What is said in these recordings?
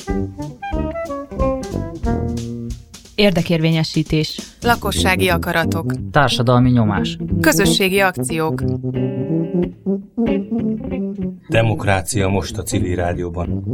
Érdekérvényesítés. Lakossági akaratok. Társadalmi nyomás. Közösségi akciók. Demokrácia most a Civil Rádióban.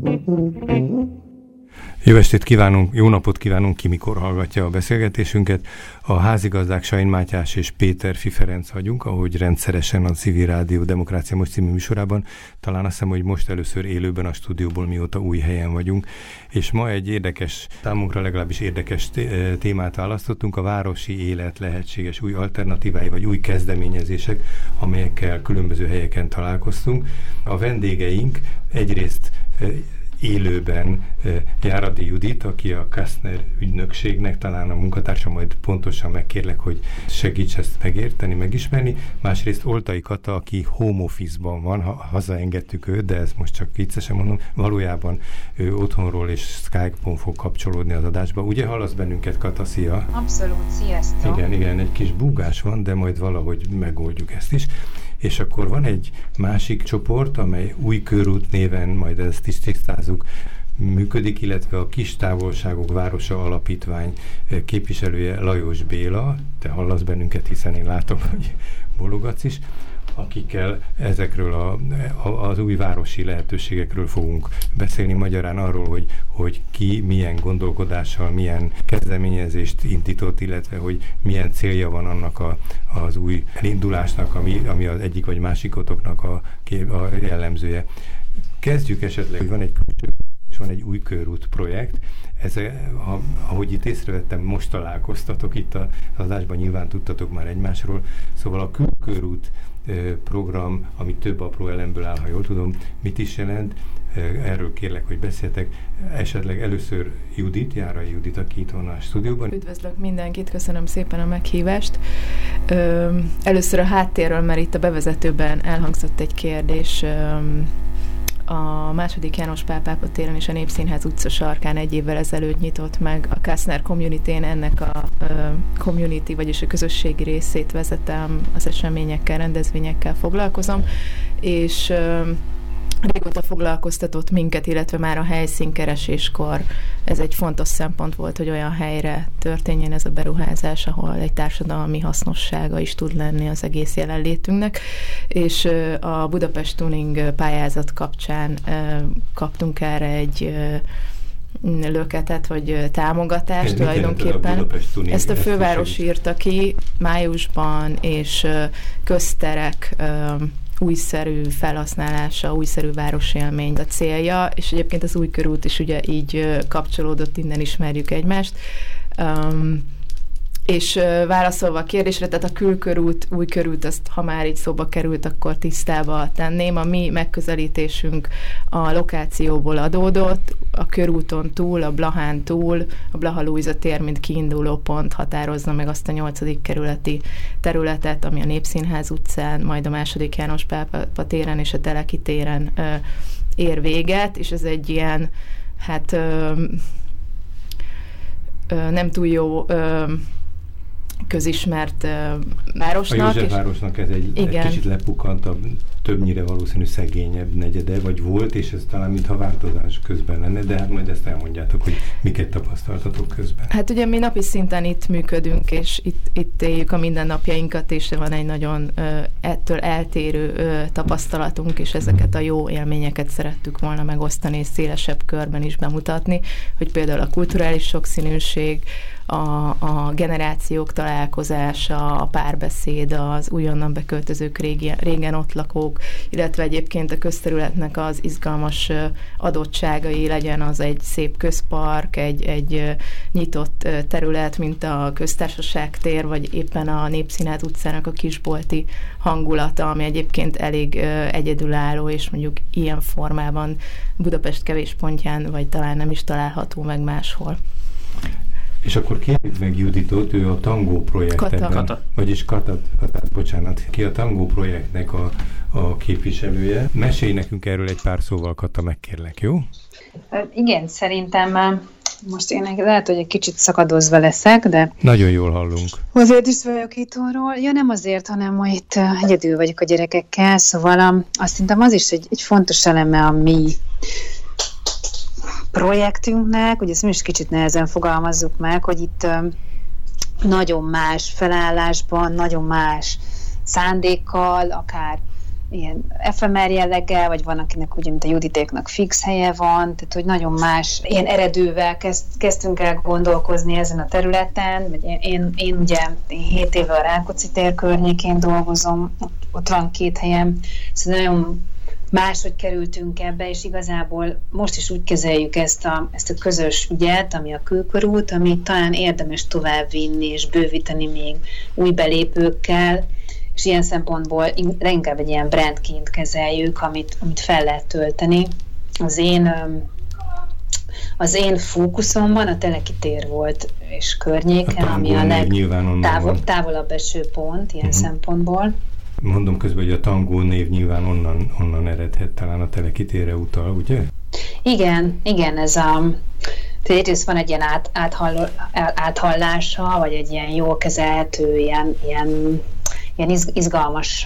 Jó estét kívánunk, jó napot kívánunk, ki mikor hallgatja a beszélgetésünket. A házigazdák Sain Mátyás és Péter Ferenc vagyunk, ahogy rendszeresen a Civil Rádió Demokrácia most című műsorában. Talán azt hiszem, hogy most először élőben a stúdióból, mióta új helyen vagyunk. És ma egy érdekes, számunkra legalábbis érdekes témát választottunk, a városi élet lehetséges új alternatívái, vagy új kezdeményezések, amelyekkel különböző helyeken találkoztunk. A vendégeink egyrészt élőben Járadi Judit, aki a Kastner ügynökségnek, talán a munkatársa, majd pontosan megkérlek, hogy segíts ezt megérteni, megismerni. Másrészt Oltai Kata, aki home office-ban van, hazaengedtük őt, de ezt most csak viccesen mondom, valójában ő otthonról és Skype-on fog kapcsolódni az adásba. Ugye hallasz bennünket, Kata? Szia! Abszolút, sziasztok! Igen, egy kis búgás van, de majd valahogy megoldjuk ezt is. És akkor van egy másik csoport, amely Új Körút néven, majd ezt is tisztázzuk, működik, illetve a Kis Távolságok Városa Alapítvány képviselője Lajos Béla, te hallasz bennünket, hiszen én látom, hogy bologatsz is, akikkel ezekről az új városi lehetőségekről fogunk beszélni, magyarán arról, hogy ki milyen gondolkodással, milyen kezdeményezést indított, illetve hogy milyen célja van annak az új elindulásnak, ami az egyik vagy másikotoknak a jellemzője. Kezdjük esetleg, hogy van egy és van egy Új Körút projekt. Ez, ahogy itt észrevettem, most találkoztatok itt az adásban, nyilván tudtatok már egymásról. Szóval a Külkörút program, ami több apró elemből áll, ha jól tudom, mit is jelent? Erről kérlek, hogy beszéltek. Esetleg először Judit, Járai Judit, aki itt van a stúdióban. Üdvözlök mindenkit, köszönöm szépen a meghívást. Először a háttérről, mert itt a bevezetőben elhangzott egy kérdés. A II. János Pál pápa téren és a Népszínház utca sarkán egy évvel ezelőtt nyitott meg a Kastner Community-n, ennek a community, vagyis a közösségi részét vezetem, az eseményekkel, rendezvényekkel foglalkozom, és régóta foglalkoztatott minket, illetve már a helyszínkereséskor ez egy fontos szempont volt, hogy olyan helyre történjen ez a beruházás, ahol egy társadalmi hasznossága is tud lenni az egész jelenlétünknek, és a Budapest Tuning pályázat kapcsán kaptunk erre egy löketet, vagy támogatást tulajdonképpen. Ezt a főváros írta ki májusban, és közterek újszerű felhasználása, újszerű városélmény a célja, és egyébként az Új Körút is ugye így kapcsolódott, innen ismerjük egymást. És válaszolva a kérdésre, tehát a Külkörút, Új Körút, azt ha már így szóba került, akkor tisztába tenném. A mi megközelítésünk a lokációból adódott, a körúton túl, a Blahán túl, a Blaha-Lujza tér, mint kiinduló pont határozza meg azt a 8. kerületi területet, ami a Népszínház utcán, majd a II. János Pál pápa téren és a Teleki téren ér véget, és ez egy ilyen, hát nem túl jó közismert városnak. A Józsefvárosnak ez egy kicsit lepukkantabb, többnyire valószínű szegényebb negyede, vagy volt, és ez talán mintha változás közben lenne, de hát majd ezt elmondjátok, hogy miket tapasztaltatok közben. Hát ugye mi napi szinten itt működünk, és itt éljük a mindennapjainkat, és van egy nagyon ettől eltérő tapasztalatunk, és ezeket a jó élményeket szerettük volna megosztani, és szélesebb körben is bemutatni, hogy például a kulturális sokszínűség, a generációk találkozása, a párbeszéd, az újonnan beköltözők, régen ott lakók, illetve egyébként a közterületnek az izgalmas adottságai, legyen az egy szép közpark, egy nyitott terület, mint a Köztársaság tér, vagy éppen a Népszínház utcának a kisbolti hangulata, ami egyébként elég egyedülálló, és mondjuk ilyen formában Budapest kevés pontján, vagy talán nem is található meg máshol. És akkor kérjük meg Juditot, ő a Tangó projektben, vagyis Katát, bocsánat, ki a Tangó projektnek a képviselője. Mesélj nekünk erről egy pár szóval, Kata, megkérlek, jó? Igen, szerintem most én lehet, hogy egy kicsit szakadozva leszek, de... Nagyon jól hallunk. Azért is vagyok itthonról. Ja, nem azért, hanem hogy itt egyedül vagyok a gyerekekkel, szóval azt szerintem az is egy fontos eleme a mi projektünknek, ugye ezt mi is kicsit nehezen fogalmazzuk meg, hogy itt nagyon más felállásban, nagyon más szándékkal, akár ilyen efemer jelleggel, vagy van akinek ugye, mint a Juditéknak fix helye van, tehát hogy nagyon más ilyen eredővel kezdtünk el gondolkozni ezen a területen, vagy én ugye 7 éve a Rákóczi tér környékén dolgozom, ott van 2 helyem, szóval nagyon máshogy kerültünk ebbe, és igazából most is úgy kezeljük ezt a közös ügyet, ami a külkörút, amit talán érdemes továbbvinni és bővíteni még új belépőkkel, és ilyen szempontból inkább egy ilyen brandként kezeljük, amit fel lehet tölteni. Az én fókuszomban a Teleki tér volt, és környéken, ami a legtávolabb eső pont ilyen szempontból. Mondom közben, hogy a tangó név nyilván onnan eredhet, talán a Teleki térre utal, ugye? Igen, ez egyrészt van egy ilyen áthallása, vagy egy ilyen jól kezelhető, ilyen izgalmas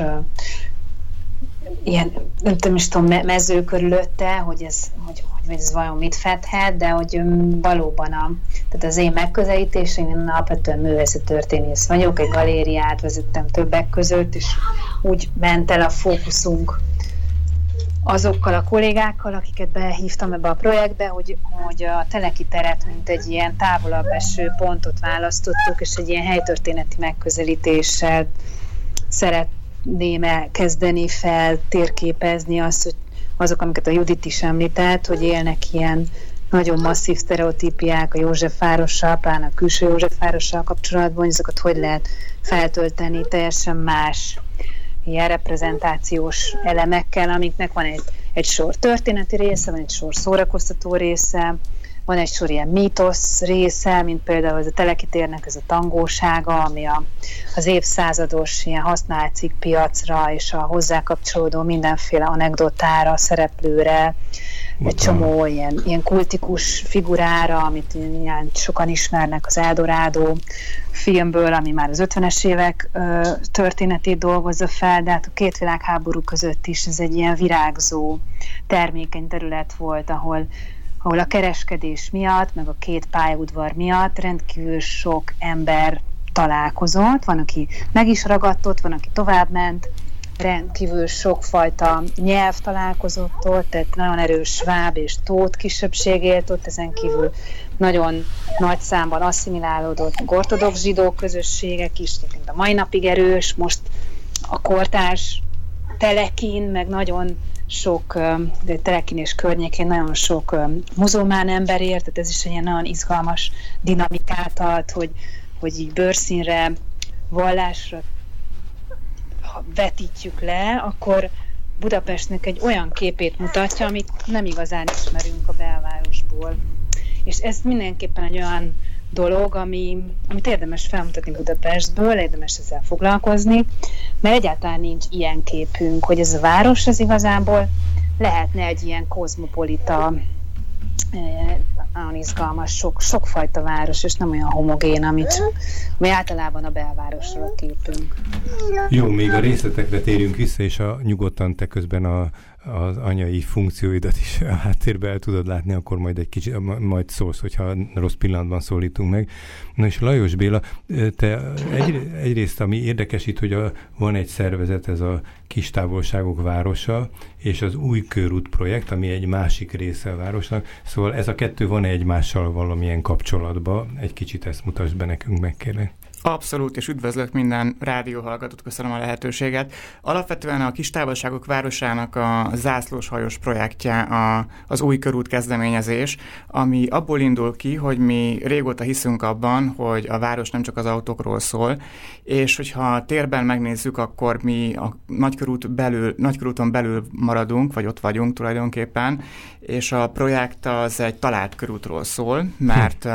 ilyen, nem tudom, mező körülötte, hogy ez vajon mit fedhet, de hogy valóban tehát az én megközelítésem, én alapvetően művészettörténész vagyok, egy galériát vezettem többek között, és úgy ment el a fókuszunk azokkal a kollégákkal, akiket behívtam ebbe a projektbe, hogy a Teleki teret, mint egy ilyen távolabb eső pontot választottuk, és egy ilyen helytörténeti megközelítéssel szeretném elkezdeni feltérképezni azt, hogy azok, amiket a Judit is említett, hogy élnek ilyen nagyon masszív sztereotípiák a Józsefvárossal, pláne a külső Józsefvárossal kapcsolatban, azokat hogy lehet feltölteni teljesen más ilyen reprezentációs elemekkel, amiknek van egy sor történeti része, van egy sor szórakoztató része, van egy sor ilyen mítosz része, mint például ez a Teleki térnek ez a tangósága, ami az évszázados ilyen használtcikk piacra és a hozzá kapcsolódó mindenféle anekdotára, szereplőre, egy csomó ilyen kultikus figurára, amit ilyen sokan ismernek az Eldorado filmből, ami már az 50-es évek történetét dolgozza fel, de hát a 2 világháború között is ez egy ilyen virágzó, termékeny terület volt, ahol a kereskedés miatt, meg a 2 pályaudvar miatt rendkívül sok ember találkozott, van, aki meg is ragadtott, van, aki továbbment, rendkívül sokfajta nyelv találkozott ott, tehát nagyon erős sváb és tót kisebbség élt ott, ezen kívül nagyon nagy számban asszimilálódott ortodox zsidó közösségek is, mint a mai napig erős, most a kortárs Telekin, meg nagyon sok, de Telekin és környékén nagyon sok muzulmán ember ér, tehát ez is egy ilyen nagyon izgalmas dinamikát ad, hogy így bőrszínre, vallásra ha vetítjük le, akkor Budapestnek egy olyan képét mutatja, amit nem igazán ismerünk a belvárosból. És ez mindenképpen egy olyan dolog, amit érdemes felmutatni Budapestből, érdemes ezzel foglalkozni, mert egyáltalán nincs ilyen képünk, hogy ez a város az igazából lehetne egy ilyen kozmopolita, nagyon izgalmas, sokfajta város, és nem olyan homogén, ami általában a belvárosról a képünk. Jó, még a részletekre térjünk vissza, és nyugodtan te közben az anyai funkcióidat is a háttérbe el tudod látni, akkor majd egy kicsit, majd szólsz, hogyha rossz pillanatban szólítunk meg. Na és Lajos Béla, te egyrészt, ami érdekes itt, hogy van egy szervezet, ez a Kis távolságok városa, és az Új körút projekt, ami egy másik része a városnak. Szóval ez a kettő van egymással valamilyen kapcsolatban? Egy kicsit ezt mutasd be nekünk, megkérlek. Abszolút, és üdvözlök minden rádióhallgatót, köszönöm a lehetőséget. Alapvetően a Kis távolságok városának a zászlóshajós projektje az Új körút kezdeményezés, ami abból indul ki, hogy mi régóta hiszünk abban, hogy a város nem csak az autókról szól, és hogyha a térben megnézzük, akkor mi a Nagykörúton belül maradunk, vagy ott vagyunk tulajdonképpen, és a projekt az egy talált körútról szól, mert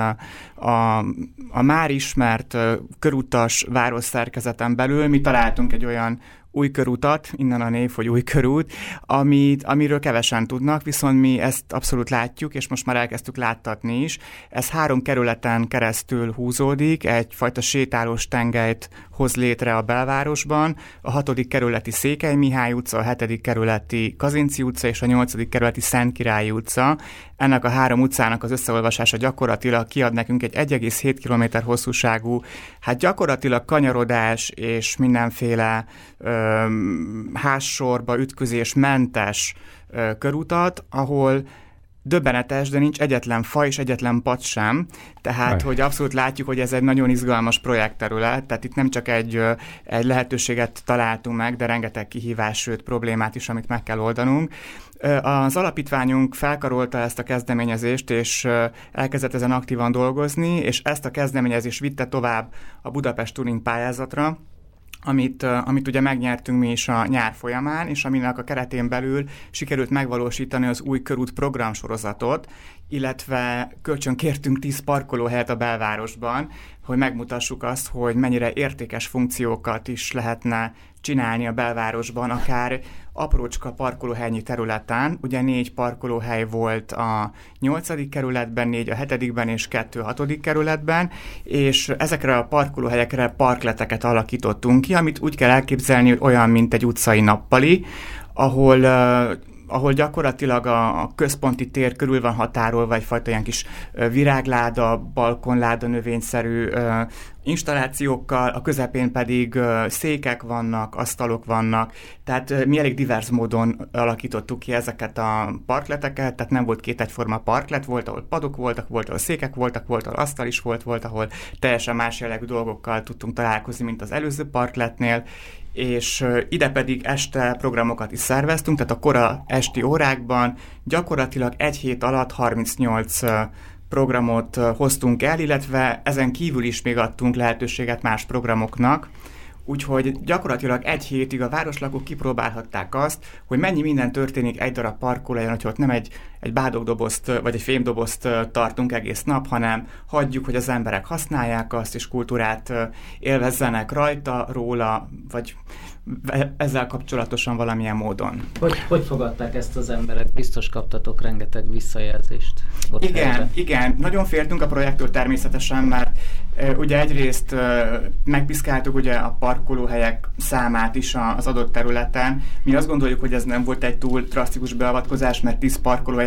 a már ismert körutas városszerkezeten belül mi találtunk egy olyan új körutat, innen a név, hogy Új körút, amiről kevesen tudnak, viszont mi ezt abszolút látjuk, és most már elkezdtük láttatni is. Ez 3 kerületen keresztül húzódik, egyfajta sétálós tengelyt hoz létre a belvárosban, a 6. kerületi Székely Mihály utca, a 7. kerületi Kazinczy utca és a 8. kerületi Szent Királyi utca. Ennek a 3 utcának az összeolvasása gyakorlatilag kiad nekünk egy 1,7 km hosszúságú, hát gyakorlatilag kanyarodás és mindenféle házsorba ütközés mentes körutat, ahol döbbenetes, de nincs egyetlen fa és egyetlen pad sem, tehát hogy abszolút látjuk, hogy ez egy nagyon izgalmas projektterület, tehát itt nem csak egy lehetőséget találtunk meg, de rengeteg kihívás, sőt problémát is, amit meg kell oldanunk. Az alapítványunk felkarolta ezt a kezdeményezést, és elkezdett ezen aktívan dolgozni, és ezt a kezdeményezést vitte tovább a Budapest Touring pályázatra, amit ugye megnyertünk mi is a nyár folyamán, és aminek a keretén belül sikerült megvalósítani az új körút programsorozatot, illetve kölcsön kértünk 10 parkolóhelyet a belvárosban, hogy megmutassuk azt, hogy mennyire értékes funkciókat is lehetne csinálni a belvárosban, akár aprócska parkolóhelynyi területen. Ugye 4 parkolóhely volt a 8. kerületben, 4 a 7-ben és 2 a 6. kerületben, és ezekre a parkolóhelyekre parkleteket alakítottunk ki, amit úgy kell elképzelni, hogy olyan, mint egy utcai nappali, ahol gyakorlatilag a központi tér körül van határolva egyfajta ilyen kis virágláda, balkonláda növényszerű installációkkal, a közepén pedig székek vannak, asztalok vannak, tehát mi elég divers módon alakítottuk ki ezeket a parkleteket, tehát nem volt 2 egyforma parklet, volt, ahol padok voltak, volt, ahol székek voltak, volt, ahol asztal is volt, ahol teljesen más jellegű dolgokkal tudtunk találkozni, mint az előző parkletnél, és ide pedig este programokat is szerveztünk, tehát a kora esti órákban gyakorlatilag egy hét alatt 38 programot hoztunk el, illetve ezen kívül is még adtunk lehetőséget más programoknak, úgyhogy gyakorlatilag egy hétig a városlakók kipróbálhatták azt, hogy mennyi minden történik egy darab parkolóhelyen, hogy ott nem egy bádogdobozt vagy egy fémdobozt tartunk egész nap, hanem hagyjuk, hogy az emberek használják azt, és kultúrát élvezzenek rajta, róla, vagy ezzel kapcsolatosan valamilyen módon. Hogy fogadták ezt az emberek? Biztos kaptatok rengeteg visszajelzést. Igen. Nagyon féltünk a projektől természetesen, mert ugye egyrészt megpiszkáltuk ugye a parkolóhelyek számát is az adott területen. Mi azt gondoljuk, hogy ez nem volt egy túl drasztikus beavatkozás, mert 10 parkolóhely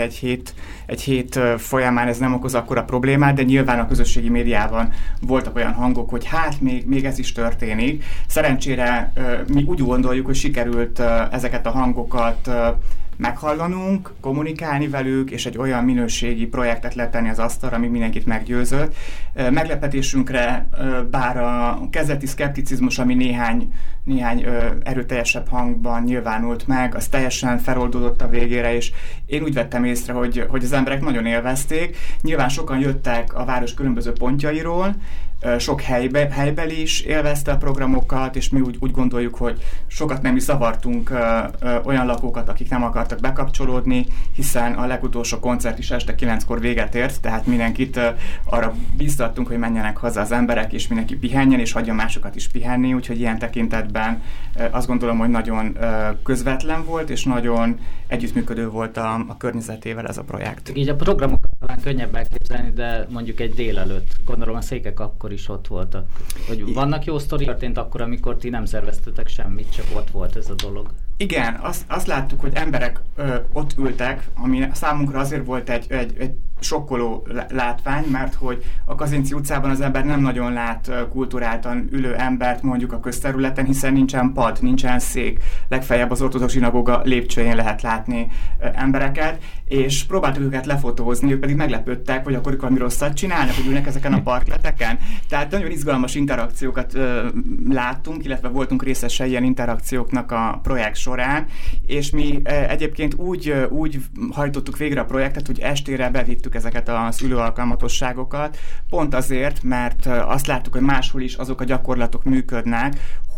egy hét folyamán ez nem okoz akkora problémát, de nyilván a közösségi médiában voltak olyan hangok, hogy hát még ez is történik. Szerencsére mi úgy gondoljuk, hogy sikerült ezeket a hangokat meghallanunk, kommunikálni velük, és egy olyan minőségi projektet letenni az asztalra, ami mindenkit meggyőzött. Meglepetésünkre, bár a kezdeti szkepticizmus, ami néhány erőteljesebb hangban nyilvánult meg, az teljesen feloldódott a végére, és én úgy vettem észre, hogy az emberek nagyon élvezték. Nyilván sokan jöttek a város különböző pontjairól, sok helybeli is élvezte a programokat, és mi úgy gondoljuk, hogy sokat nem is zavartunk olyan lakókat, akik nem akartak bekapcsolódni, hiszen a legutolsó koncert is este 9-kor véget ért, tehát mindenkit arra bíztattunk, hogy menjenek haza az emberek, és mindenki pihenjen, és hagyja másokat is pihenni, úgyhogy ilyen tekintetben azt gondolom, hogy nagyon közvetlen volt, és nagyon együttműködő volt a környezetével ez a projekt. Így a programokat talán könnyebb elképzelni, de mondjuk egy délelőtt, gondolom a székek akkor is ott voltak. Hogy vannak jó sztori történt akkor, amikor ti nem szerveztetek semmit, csak ott volt ez a dolog? Igen, azt láttuk, hogy emberek ott ültek, ami számunkra azért volt egy sokkoló látvány, mert hogy a Kazinczy utcában az ember nem nagyon lát kulturáltan ülő embert mondjuk a közterületen, hiszen nincsen pad, nincsen szék, legfeljebb az ortodox zsinagóga lépcsőjén lehet látni embereket, és próbáltuk őket lefotózni, ők pedig meglepődtek, hogy akkor valami rosszat csinálnak, hogy ülnek ezeken a parkleteken. Tehát nagyon izgalmas interakciókat láttunk, illetve voltunk részesei ilyen interakcióknak a projekt során, és mi egyébként úgy hajtottuk végre a projektet, hogy estére bevittük ezeket az ülőalkalmatosságokat, pont azért, mert azt láttuk, hogy máshol is azok a gyakorlatok működnek,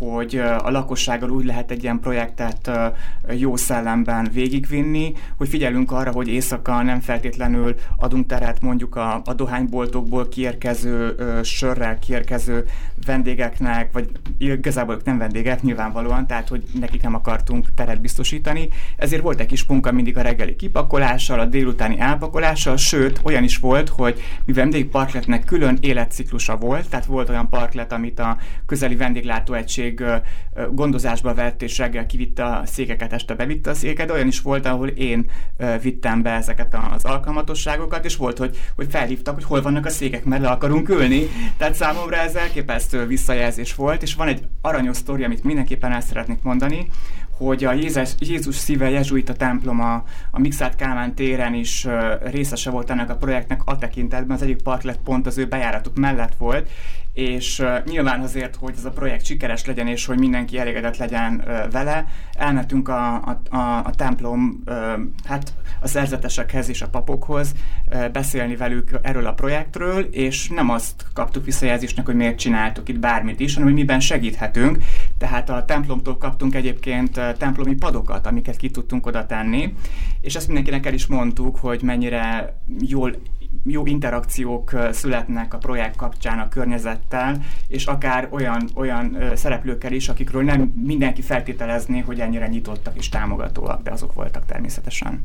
hogy a lakossággal úgy lehet egy ilyen projektet jó szellemben végigvinni, hogy figyelünk arra, hogy éjszaka nem feltétlenül adunk teret mondjuk a dohányboltokból kiérkező, sörrel kiérkező vendégeknek, vagy igazából nem vendégek nyilvánvalóan, tehát hogy nekik nem akartunk teret biztosítani. Ezért volt egy kis munka mindig a reggeli kipakolással, a délutáni elpakolással, sőt olyan is volt, hogy mi vendégparkletnek külön életciklusa volt, tehát volt olyan parklet, amit a közeli vendéglátóegység gondozásba vett, és reggel kivitte a székeket, este bevitte a székeket, de olyan is volt, ahol én vittem be ezeket az alkalmatosságokat, és volt, hogy felhívtak, hogy hol vannak a székek, mert le akarunk ülni. Tehát számomra ez elképesztő visszajelzés volt, és van egy aranyos sztori, amit mindenképpen el szeretnék mondani, hogy a Jézus Szíve jezsuita templom a Mikszáth Kálmán téren is részese volt ennek a projektnek a tekintetben, az egyik parklet pont az ő bejáratuk mellett volt, és nyilván azért, hogy ez a projekt sikeres legyen, és hogy mindenki elégedett legyen vele, elmentünk a templom, hát a szerzetesekhez és a papokhoz beszélni velük erről a projektről, és nem azt kaptuk visszajelzésnek, hogy miért csináltuk itt bármit is, hanem hogy miben segíthetünk. Tehát a templomtól kaptunk egyébként templomi padokat, amiket ki tudtunk oda tenni, és ezt mindenkinek el is mondtuk, hogy mennyire jó interakciók születnek a projekt kapcsán a környezettel, és akár olyan szereplőkkel is, akikről nem mindenki feltételezné, hogy ennyire nyitottak és támogatóak, de azok voltak természetesen.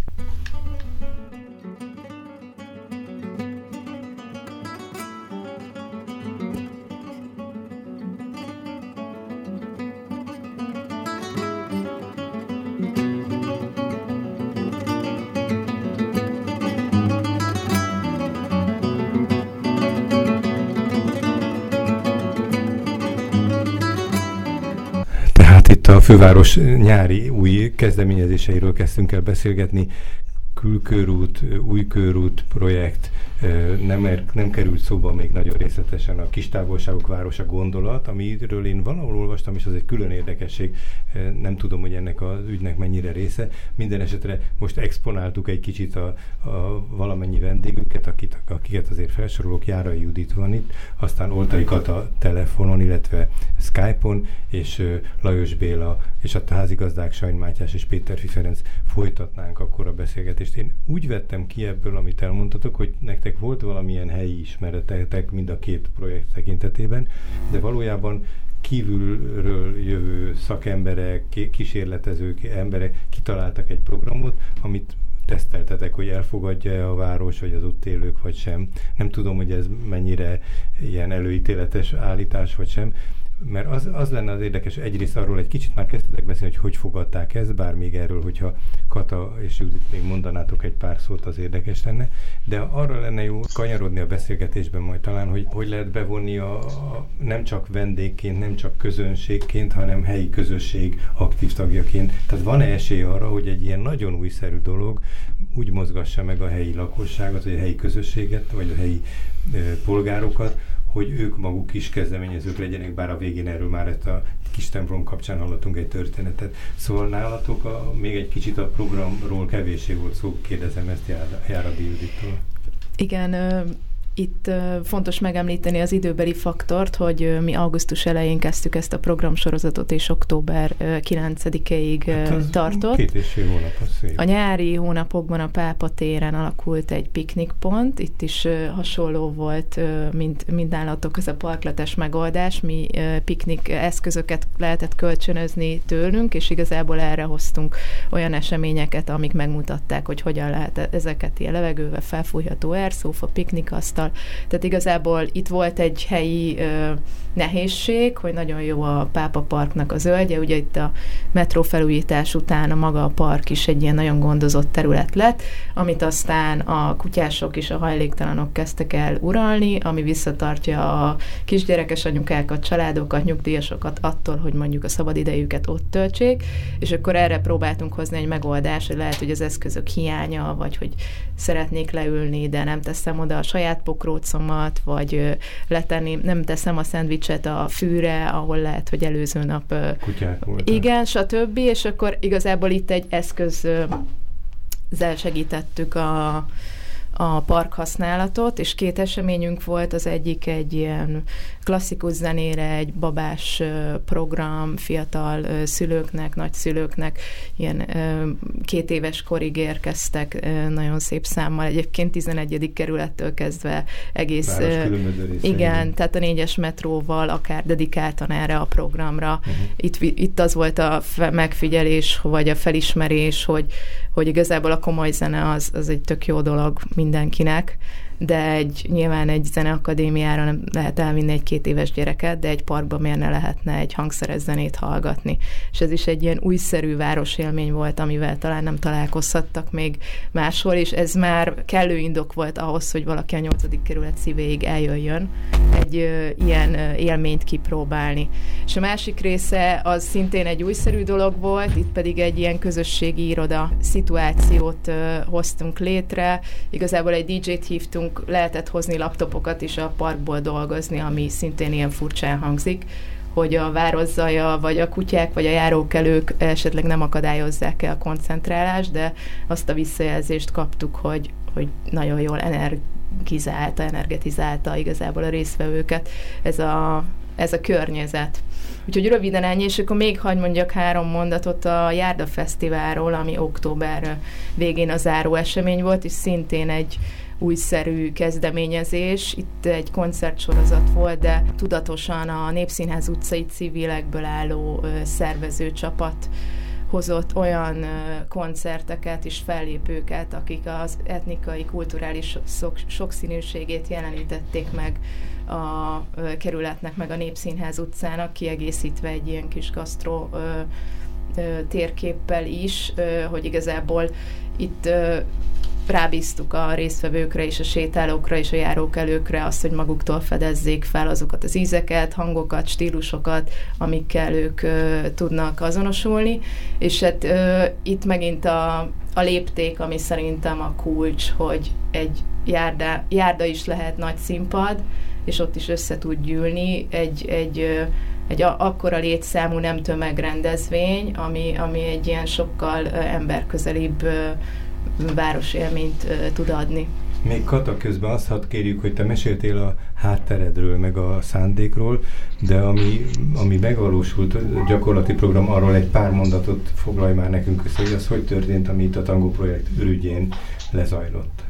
Itt a főváros nyári új kezdeményezéseiről kezdtünk el beszélgetni. Külkörút, új körút projekt, nem került szóba még nagyon részletesen a kistávolságok városa gondolat, amiről én valahol olvastam, és az egy külön érdekesség, nem tudom, hogy ennek az ügynek mennyire része. Minden esetre most exponáltuk egy kicsit a valamennyi vendégünket, akiket azért felsorolok. Járai Judit van itt, aztán Oltai Kata telefonon, illetve Skype-on, és Lajos Béla, és a házigazdák Sajn Mátyás és Péterfi Ferenc folytatnánk akkor a beszélgetést. Én úgy vettem ki ebből, amit elmondtatok, hogy nektek volt valamilyen helyi ismeretetek mind a két projekt tekintetében, de valójában kívülről jövő szakemberek, kísérletezők, emberek kitaláltak egy programot, amit teszteltetek, hogy elfogadja a város, vagy az ott élők, vagy sem. Nem tudom, hogy ez mennyire ilyen előítéletes állítás, vagy sem. Mert az lenne az érdekes, egyrészt arról egy kicsit már kezdtetek beszélni, hogy fogadták ezt, bár még erről, hogyha Kata és Judit még mondanátok egy pár szót, az érdekes lenne, de arra lenne jó kanyarodni a beszélgetésben majd talán, hogy lehet bevonni nem csak vendégként, nem csak közönségként, hanem helyi közösség aktív tagjaként. Tehát van-e esély arra, hogy egy ilyen nagyon újszerű dolog úgy mozgassa meg a helyi lakosságot, vagy a helyi közösséget, vagy a helyi polgárokat, hogy ők maguk is kezdeményezők legyenek, bár a végén erről már ezt a kis templom kapcsán hallottunk egy történetet. Szóval nálatok még egy kicsit a programról kevéssé volt szó, kérdezem ezt Járadi Judittól. Igen, itt fontos megemlíteni az időbeli faktort, hogy mi augusztus elején kezdtük ezt a programsorozatot, és október 9-ig tartott. 2,5 hónap, az szép. A nyári hónapokban a Pápa téren alakult egy piknikpont, itt is hasonló volt, mint nálatok ez a parkletes megoldás, mi piknik eszközöket lehetett kölcsönözni tőlünk, és igazából erre hoztunk olyan eseményeket, amik megmutatták, hogy hogyan lehet ezeket ilyen levegővel felfújható airsofa, piknikasztal. Tehát igazából itt volt egy helyi nehézség, hogy nagyon jó a Pápa parknak a zöldje, ugye itt a metrófelújítás után a maga a park is egy ilyen nagyon gondozott terület lett, amit aztán a kutyások és a hajléktalanok kezdtek el uralni, ami visszatartja a kisgyerekes anyukákat, családokat, nyugdíjasokat attól, hogy mondjuk a szabadidejüket ott töltsék, és akkor erre próbáltunk hozni egy megoldást, hogy lehet, hogy az eszközök hiánya, vagy hogy szeretnék leülni, de nem teszem oda a saját pokrócomat, vagy letenni, nem teszem a szendvicset a fűre, ahol lehet, hogy előző nap kutyák voltak. Igen, stb. És akkor igazából itt egy eszközzel segítettük a a parkhasználatot, és 2 eseményünk volt, az egyik egy ilyen klasszikus zenére, egy babás program fiatal szülőknek, nagyszülőknek, ilyen 2 éves korig érkeztek nagyon szép számmal, egyébként 11. kerülettől kezdve egész... Igen, tehát a 4-es metróval akár dedikáltan erre a programra. Itt az volt a megfigyelés, vagy a felismerés, hogy igazából a komoly zene az egy tök jó dolog mindenkinek, de nyilván egy zeneakadémiára nem lehet elvinni egy 2 éves gyereket, de egy parkban miért ne lehetne egy hangszeres zenét hallgatni. És ez is egy ilyen újszerű városélmény volt, amivel talán nem találkozhattak még máshol, és ez már kellő indok volt ahhoz, hogy valaki a 8. kerület szívéig eljöjjön egy ilyen élményt kipróbálni. És a másik része az szintén egy újszerű dolog volt, itt pedig egy ilyen közösségi iroda szituációt hoztunk létre. Igazából egy DJ-t hívtunk, lehetett hozni laptopokat is a parkból dolgozni, ami szintén ilyen furcsán hangzik, hogy a városzaja, vagy a kutyák, vagy a járókelők esetleg nem akadályozzák el a koncentrálást, de azt a visszajelzést kaptuk, hogy nagyon jól energetizálta igazából a résztvevőket ez a környezet. Úgyhogy röviden ennyi, és akkor még hadd mondjak 3 mondatot a Járda Fesztiválról, ami október végén a záró esemény volt, és szintén egy újszerű kezdeményezés. Itt egy koncertsorozat volt, de tudatosan a Népszínház utcai civilekből álló szervezőcsapat hozott olyan koncerteket és fellépőket, akik az etnikai, kulturális sokszínűségét jelenítették meg a kerületnek, meg a Népszínház utcának, kiegészítve egy ilyen kis gasztró térképpel is, hogy igazából itt rábíztuk a résztvevőkre és a sétálókra és a járókelőkre azt, hogy maguktól fedezzék fel azokat az ízeket, hangokat, stílusokat, amikkel ők tudnak azonosulni, és hát itt megint a lépték, ami szerintem a kulcs, hogy egy járda is lehet nagy színpad, és ott is össze tud gyűlni egy akkora létszámú nem tömegrendezvény, ami egy ilyen sokkal emberközelibb városélményt tud adni. Még Kata, közben azt hadd kérjük, hogy te meséltél a hátteredről, meg a szándékról, de ami megvalósult a gyakorlati program, arról egy pár mondatot foglalj már nekünk össze, hogy az hogy történt, ami itt a Tango projekt ürügyén lezajlott.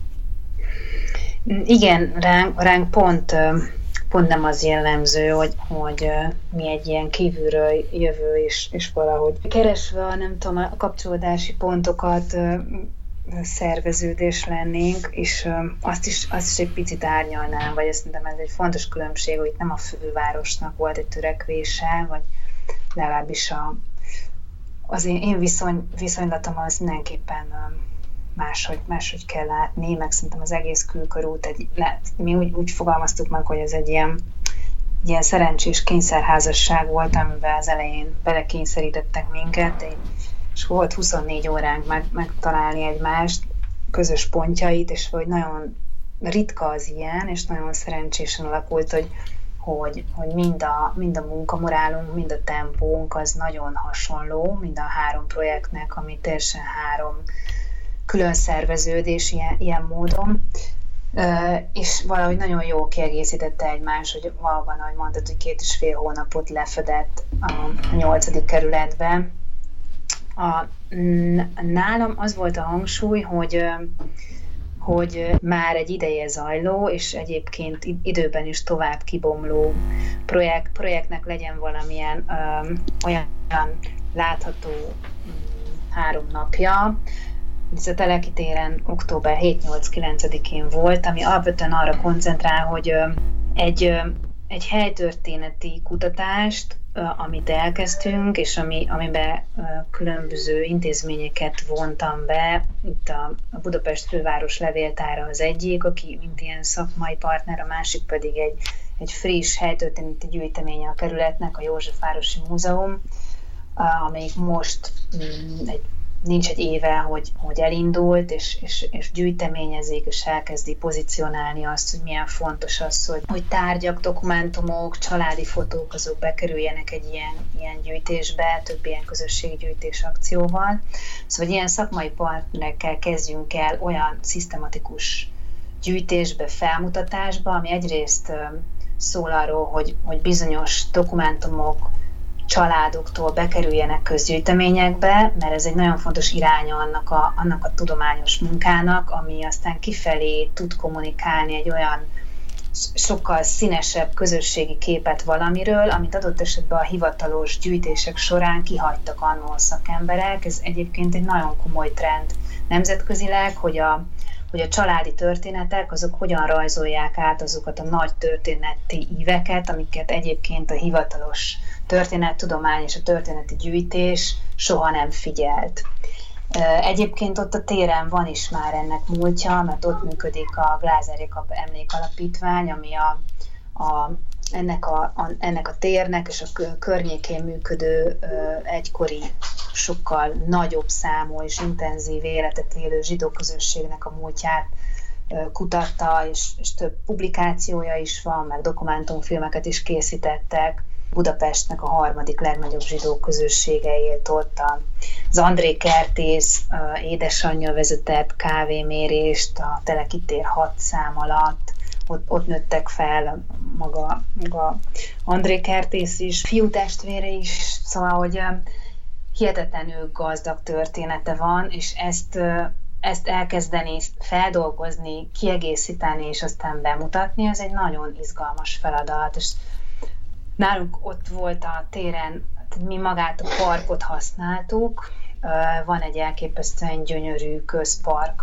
Igen, ránk pont nem az jellemző, hogy mi egy ilyen kívülről jövő, és valahogy keresve a kapcsolódási pontokat szerveződés lennénk, és azt is egy picit árnyalnám, vagy szerintem ez egy fontos különbség, hogy nem a fővárosnak volt egy törekvése, vagy legalábbis az én viszonylatom az mindenképpen máshogy kell látni, meg szerintem az egész külkörút, mi úgy fogalmaztuk meg, hogy ez egy ilyen szerencsés kényszerházasság volt, amiben az elején belekényszerítettek minket, és volt 24 óránk megtalálni egymást, közös pontjait, és hogy nagyon ritka az ilyen, és nagyon szerencsésen alakult, hogy mind a munkamorálunk, mind a tempónk az nagyon hasonló, mind a 3 projektnek, ami teljesen 3 külön szerveződés ilyen módon, és valahogy nagyon jól kiegészítette egymást, hogy valóban, ahogy mondtad, hogy 2,5 hónapot lefedett a 8. kerületben. Nálam az volt a hangsúly, hogy már egy ideje zajló, és egyébként időben is tovább kibomló projektnek legyen valamilyen olyan látható 3 napja. Ez a Teleki téren október 7-8-9-én volt, ami alapvetően arra koncentrál, hogy egy helytörténeti kutatást, amit elkezdtünk, és amiben különböző intézményeket vontam be. Itt a Budapest Főváros Levéltára az egyik, aki mint ilyen szakmai partner, a másik pedig egy friss helytörténeti gyűjteménye a kerületnek, a Józsefvárosi Múzeum, amelyik most egy nincs egy éve, hogy elindult, és gyűjteményezik, és elkezdi pozícionálni azt, hogy milyen fontos az, hogy tárgyak, dokumentumok, családi fotók, azok bekerüljenek egy ilyen gyűjtésbe, több ilyen közösségi gyűjtés akcióval. Szóval ilyen szakmai partnerekkel kezdjünk el olyan szisztematikus gyűjtésbe, felmutatásba, ami egyrészt szól arról, hogy bizonyos dokumentumok családoktól bekerüljenek közgyűjteményekbe, mert ez egy nagyon fontos iránya annak a tudományos munkának, ami aztán kifelé tud kommunikálni egy olyan sokkal színesebb közösségi képet valamiről, amit adott esetben a hivatalos gyűjtések során kihagytak annól a szakemberek. Ez egyébként egy nagyon komoly trend nemzetközileg, hogy a családi történetek, azok hogyan rajzolják át azokat a nagy történeti íveket, amiket egyébként a hivatalos történettudomány és a történeti gyűjtés soha nem figyelt. Egyébként ott a téren van is már ennek múltja, mert ott működik a Glázer Jakab Emlékalapítvány, ami ennek a térnek és a környékén működő egykori, sokkal nagyobb számú és intenzív életet élő zsidó közösségnek a múltját kutatta, és több publikációja is van, meg dokumentumfilmeket is készítettek. Budapestnek a harmadik legnagyobb zsidó közössége élt ott. Az André Kertész édesanyja vezetett kávémérést a Teleki tér 6 szám alatt. Ott nőttek fel maga André Kertész is, fiútestvére is, szóval, hogy hihetetlenül gazdag története van, és ezt elkezdeni feldolgozni, kiegészíteni, és aztán bemutatni, ez egy nagyon izgalmas feladat, és nálunk ott volt a téren, mi magát a parkot használtuk, van egy elképesztően gyönyörű közpark,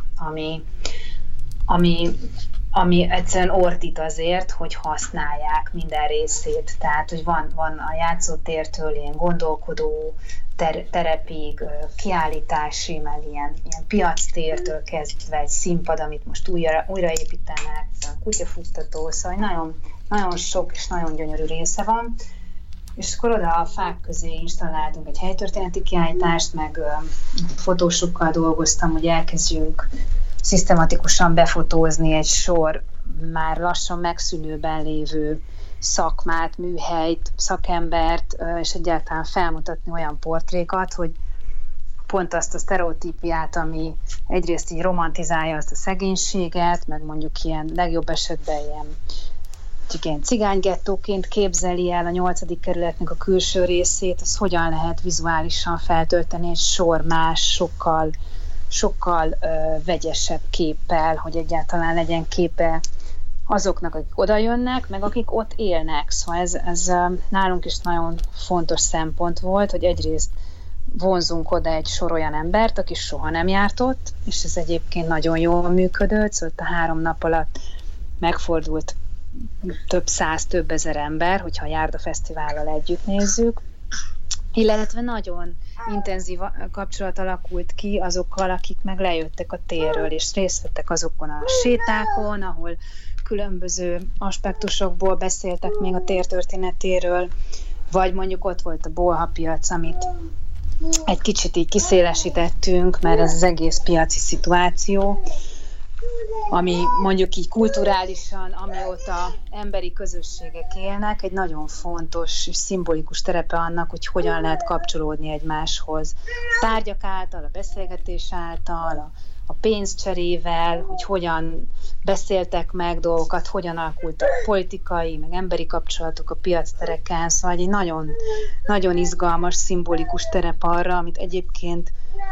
ami egyszerűen ordít azért, hogy használják minden részét. Tehát, hogy van a játszótértől ilyen gondolkodó terepig, kiállítási, meg ilyen piactértől kezdve egy színpad, amit most újraépítenek, kutyafuttató, szóval nagyon, nagyon sok és nagyon gyönyörű része van. És akkor oda a fák közé installáltunk egy helytörténeti kiállítást, meg fotósokkal dolgoztam, hogy elkezdjünk szisztematikusan befotózni egy sor már lassan megszűnőben lévő szakmát, műhelyt, szakembert, és egyáltalán felmutatni olyan portrékat, hogy pont azt a sztereotípiát, ami egyrészt így romantizálja azt a szegénységet, meg mondjuk ilyen legjobb esetben ilyen cigánygettóként képzeli el a 8. kerületnek a külső részét, az hogyan lehet vizuálisan feltölteni egy sor más, sokkal vegyesebb képpel, hogy egyáltalán legyen képe azoknak, akik oda jönnek, meg akik ott élnek. Szóval ez nálunk is nagyon fontos szempont volt, hogy egyrészt vonzunk oda egy sor olyan embert, aki soha nem járt ott, és ez egyébként nagyon jól működött, szóval a 3 nap alatt megfordult több száz, több ezer ember, hogyha a Járda Fesztivállal együtt nézzük, illetve nagyon intenzív kapcsolat alakult ki azokkal, akik meg lejöttek a térről, és részt vettek azokon a sétákon, ahol különböző aspektusokból beszéltek még a tér történetéről, vagy mondjuk ott volt a bolhapiac, amit egy kicsit így kiszélesítettünk, mert ez az egész piaci szituáció, ami mondjuk így kulturálisan, amióta emberi közösségek élnek, egy nagyon fontos és szimbolikus terepe annak, hogy hogyan lehet kapcsolódni egymáshoz. A tárgyak által, a beszélgetés által, a pénzcserével, hogy hogyan beszéltek meg dolgokat, hogyan alakultak politikai, meg emberi kapcsolatok a piactereken, szóval egy nagyon, nagyon izgalmas, szimbolikus terep arra, amit egyébként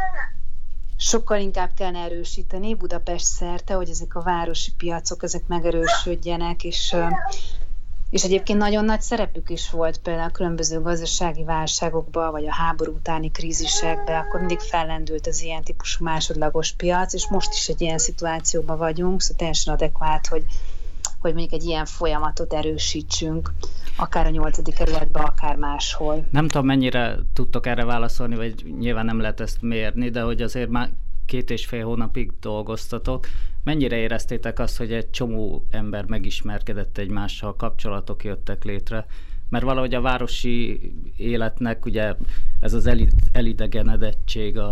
sokkal inkább kellene erősíteni Budapest szerte, hogy ezek a városi piacok, ezek megerősödjenek, és egyébként nagyon nagy szerepük is volt például a különböző gazdasági válságokban, vagy a háború utáni krízisekben, akkor mindig fellendült az ilyen típusú másodlagos piac, és most is egy ilyen szituációban vagyunk, szóval teljesen adekvát, hogy mondjuk egy ilyen folyamatot erősítsünk, akár a 8. kerületben, akár máshol. Nem tudom, mennyire tudtok erre válaszolni, vagy nyilván nem lehet ezt mérni, de hogy azért már 2,5 hónapig dolgoztatok. Mennyire éreztétek azt, hogy egy csomó ember megismerkedett egymással, kapcsolatok jöttek létre? Mert valahogy a városi életnek ugye ez az elidegenedettség a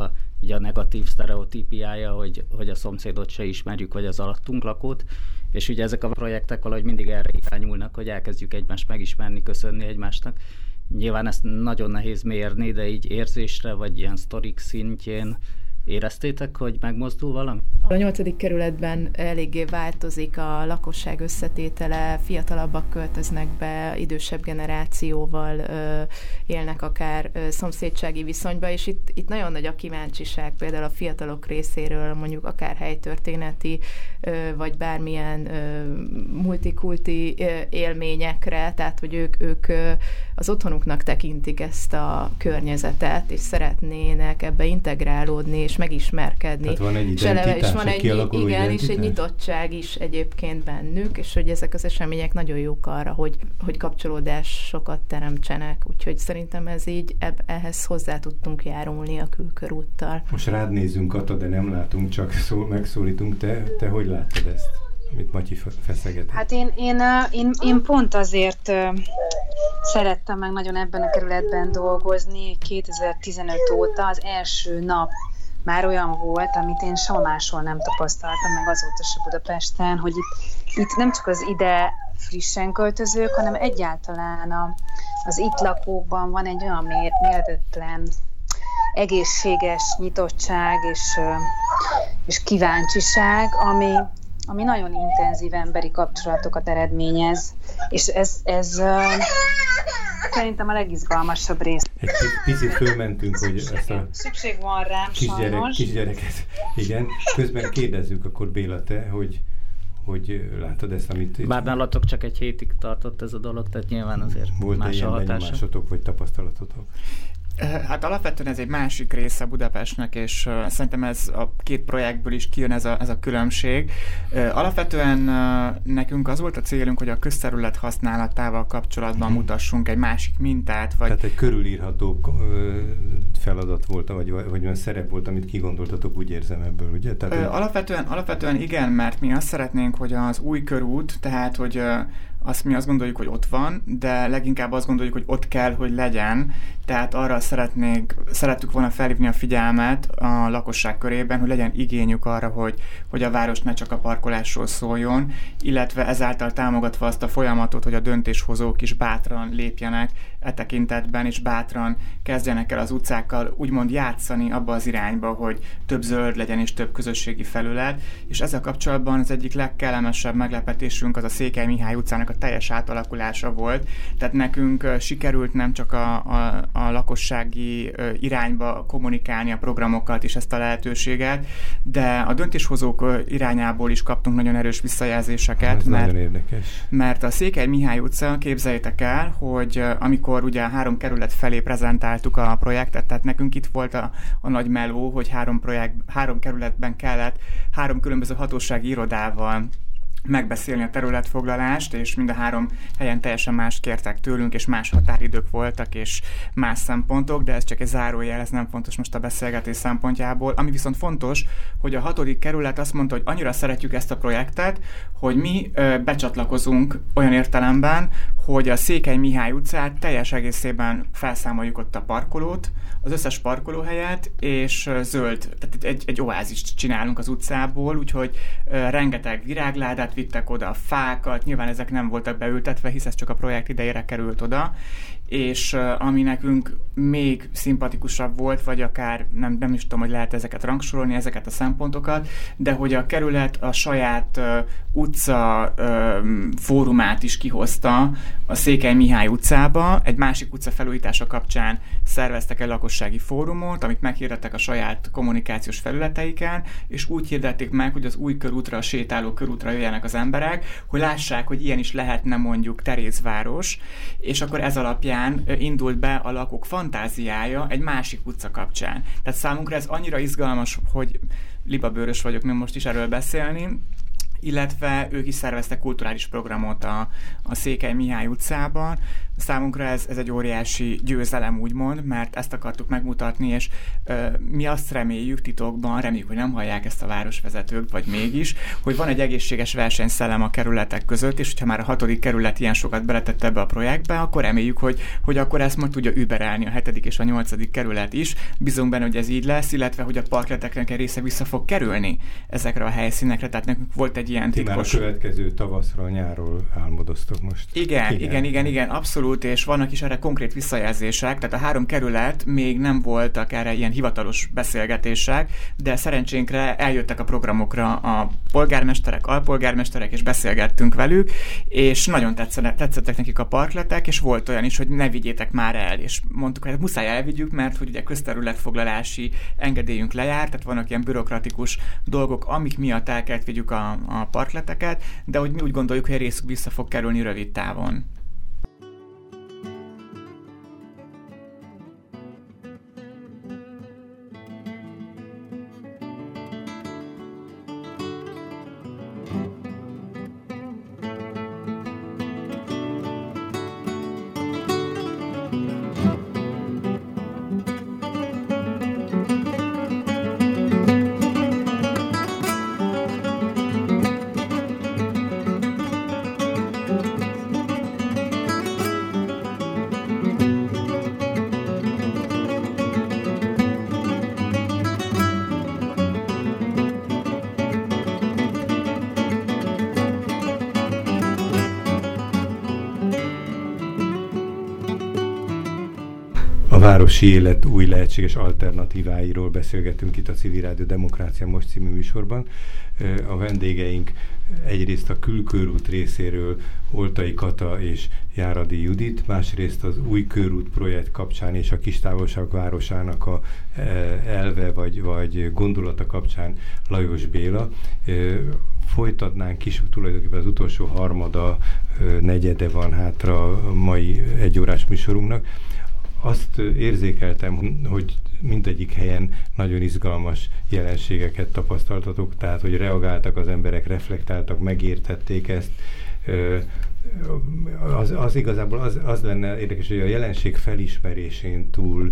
ugye a negatív sztereotípiája, hogy a szomszédot se ismerjük, vagy az alattunk lakót, és ugye ezek a projektek valahogy mindig erre irányulnak, hogy elkezdjük egymást megismerni, köszönni egymásnak. Nyilván ezt nagyon nehéz mérni, de így érzésre, vagy ilyen sztorik szintjén éreztétek, hogy megmozdul valami? A 8. kerületben eléggé változik a lakosság összetétele, fiatalabbak költöznek be, idősebb generációval élnek akár szomszédsági viszonyba, és itt nagyon nagy a kíváncsiság például a fiatalok részéről, mondjuk akár helytörténeti, vagy bármilyen multikulti élményekre, tehát hogy ők az otthonuknak tekintik ezt a környezetet, és szeretnének ebbe integrálódni, és megismerkedni. Tehát van egy identitás, egy kialakuló igen, identitás? És egy nyitottság is egyébként bennük, és hogy ezek az események nagyon jók arra, hogy kapcsolódásokat teremtsenek. Úgyhogy szerintem ez így ehhez hozzá tudtunk járulni a Külkörúttal. Most rád nézünk, Kata, de nem látunk, csak megszólítunk. Te hogy láttad ezt, amit Matyi feszegetett? Hát én pont azért szerettem meg nagyon ebben a kerületben dolgozni. 2015 óta az első nap már olyan volt, amit én soha máshol nem tapasztaltam, meg azóta se Budapesten, hogy itt nem csak az ide frissen költözők, hanem egyáltalán az itt lakókban van egy olyan mérhetetlen egészséges nyitottság és kíváncsiság, ami nagyon intenzív emberi kapcsolatokat eredményez, és ez szerintem a legizgalmasabb rész. Egy picit fölmentünk, hogy ezt a szükség van rám, kisgyereket, igen. Közben kérdezzük akkor, Béla, te, hogy látod ezt, amit... Bár nálatok csak egy hétig tartott ez a dolog, tehát nyilván azért volt más a hatása. Volt-e ilyen benyomásotok, vagy tapasztalatotok? Hát alapvetően ez egy másik része Budapestnek, és szerintem ez a két projektből is kijön ez a különbség. Alapvetően nekünk az volt a célunk, hogy a közterület használatával kapcsolatban mutassunk egy másik mintát. Tehát egy körülírható feladat volt, vagy olyan szerep volt, amit kigondoltatok, úgy érzem ebből, ugye? Tehát, alapvetően igen, mert mi azt szeretnénk, hogy az új körút, tehát hogy mi azt gondoljuk, hogy ott van, de leginkább azt gondoljuk, hogy ott kell, hogy legyen. Tehát arra szerettük volna felhívni a figyelmet a lakosság körében, hogy legyen igényük arra, hogy a város ne csak a parkolásról szóljon, illetve ezáltal támogatva azt a folyamatot, hogy a döntéshozók is bátran lépjenek e tekintetben, és bátran kezdjenek el az utcákkal úgymond játszani abba az irányba, hogy több zöld legyen és több közösségi felület. És ezzel kapcsolatban az egyik legkellemesebb meglepetésünk az a Székely Mihály utcának a teljes átalakulása volt. Tehát nekünk sikerült nem csak a lakossági irányba kommunikálni a programokat és ezt a lehetőséget, de a döntéshozók irányából is kaptunk nagyon erős visszajelzéseket. Nagyon érdekes. Mert a Székely Mihály utca, képzeljétek el, hogy amikor ugye a 3 kerület felé prezentáltuk a projektet, tehát nekünk itt volt a nagy meló, hogy 3 kerületben kellett 3 különböző hatósági irodával megbeszélni a területfoglalást, és mind a 3 helyen teljesen más kértek tőlünk, és más határidők voltak, és más szempontok, de ez csak egy zárójel, ez nem fontos most a beszélgetés szempontjából. Ami viszont fontos, hogy a 6. kerület azt mondta, hogy annyira szeretjük ezt a projektet, hogy mi becsatlakozunk olyan értelemben, hogy a Székely Mihály utcát teljes egészében felszámoljuk ott a parkolót, az összes parkolóhelyet, és zöld, tehát egy oázist csinálunk az utcából, úgyhogy rengeteg virágládát vittek oda, a fákat, nyilván ezek nem voltak beültetve, hisz ez csak a projekt idejére került oda, és ami nekünk még szimpatikusabb volt, vagy akár nem is tudom, hogy lehet ezeket rangsorolni, ezeket a szempontokat, de hogy a kerület a saját utca fórumát is kihozta a Székely Mihály utcába. Egy másik utca felújítása kapcsán szerveztek egy lakossági fórumot, amit meghirdettek a saját kommunikációs felületeiken, és úgy hirdették meg, hogy az új körútra, a sétáló körútra jöjjenek az emberek, hogy lássák, hogy ilyen is lehetne mondjuk Terézváros, és akkor ez alapján indult be a lakók fantáziája egy másik utca kapcsán. Tehát számunkra ez annyira izgalmas, hogy libabőrös vagyok még most is erről beszélni, illetve ők is szerveztek kulturális programot a Székely Mihály utcában. Számunkra ez egy óriási győzelem, úgymond, mert ezt akartuk megmutatni, és mi azt reméljük titokban, reméljük, hogy nem hallják ezt a városvezetők, vagy mégis, hogy van egy egészséges versenyszellem a kerületek között, és hogyha már a 6. kerület ilyen sokat beletett ebbe a projektbe, akkor reméljük, hogy akkor ezt majd tudja überelni a 7. és a 8. kerület is. Bízunk benne, hogy ez így lesz, illetve hogy a parkleteknek egy része vissza fog kerülni ezekre a helyszínekre, tehát nekünk volt egy ilyen titkos... Ti már a következő tavaszról, nyárról álmodoztok most. Igen, abszolút, és vannak is erre konkrét visszajelzések, tehát a 3 kerület még nem voltak erre ilyen hivatalos beszélgetések, de szerencsénkre eljöttek a programokra a polgármesterek, alpolgármesterek, és beszélgettünk velük, és nagyon tetszettek nekik a parkletek, és volt olyan is, hogy ne vigyétek már el, és mondtuk, hogy muszáj elvigyük, mert hogy ugye közterületfoglalási engedélyünk lejárt, tehát vannak ilyen bürokratikus dolgok, amik miatt el kellett vigyük a parkleteket, de hogy mi úgy gondoljuk, hogy a részük vissza fog kerülni rövid távon. A városi élet új lehetséges alternatíváiról beszélgetünk itt a Civil Rádió Demokrácia Most című műsorban. A vendégeink egyrészt a Külkörút részéről Oltai Kata és Járadi Judit, másrészt az új körút projekt kapcsán és a kistávolságok városának a elve vagy gondolata kapcsán Lajos Béla. Folytatnánk is, tulajdonképpen az utolsó harmada, negyede van hátra a mai egyórás műsorunknak. Azt érzékeltem, hogy mindegyik helyen nagyon izgalmas jelenségeket tapasztaltatok, tehát hogy reagáltak az emberek, reflektáltak, megértették ezt. Az igazából az lenne érdekes, hogy a jelenség felismerésén túl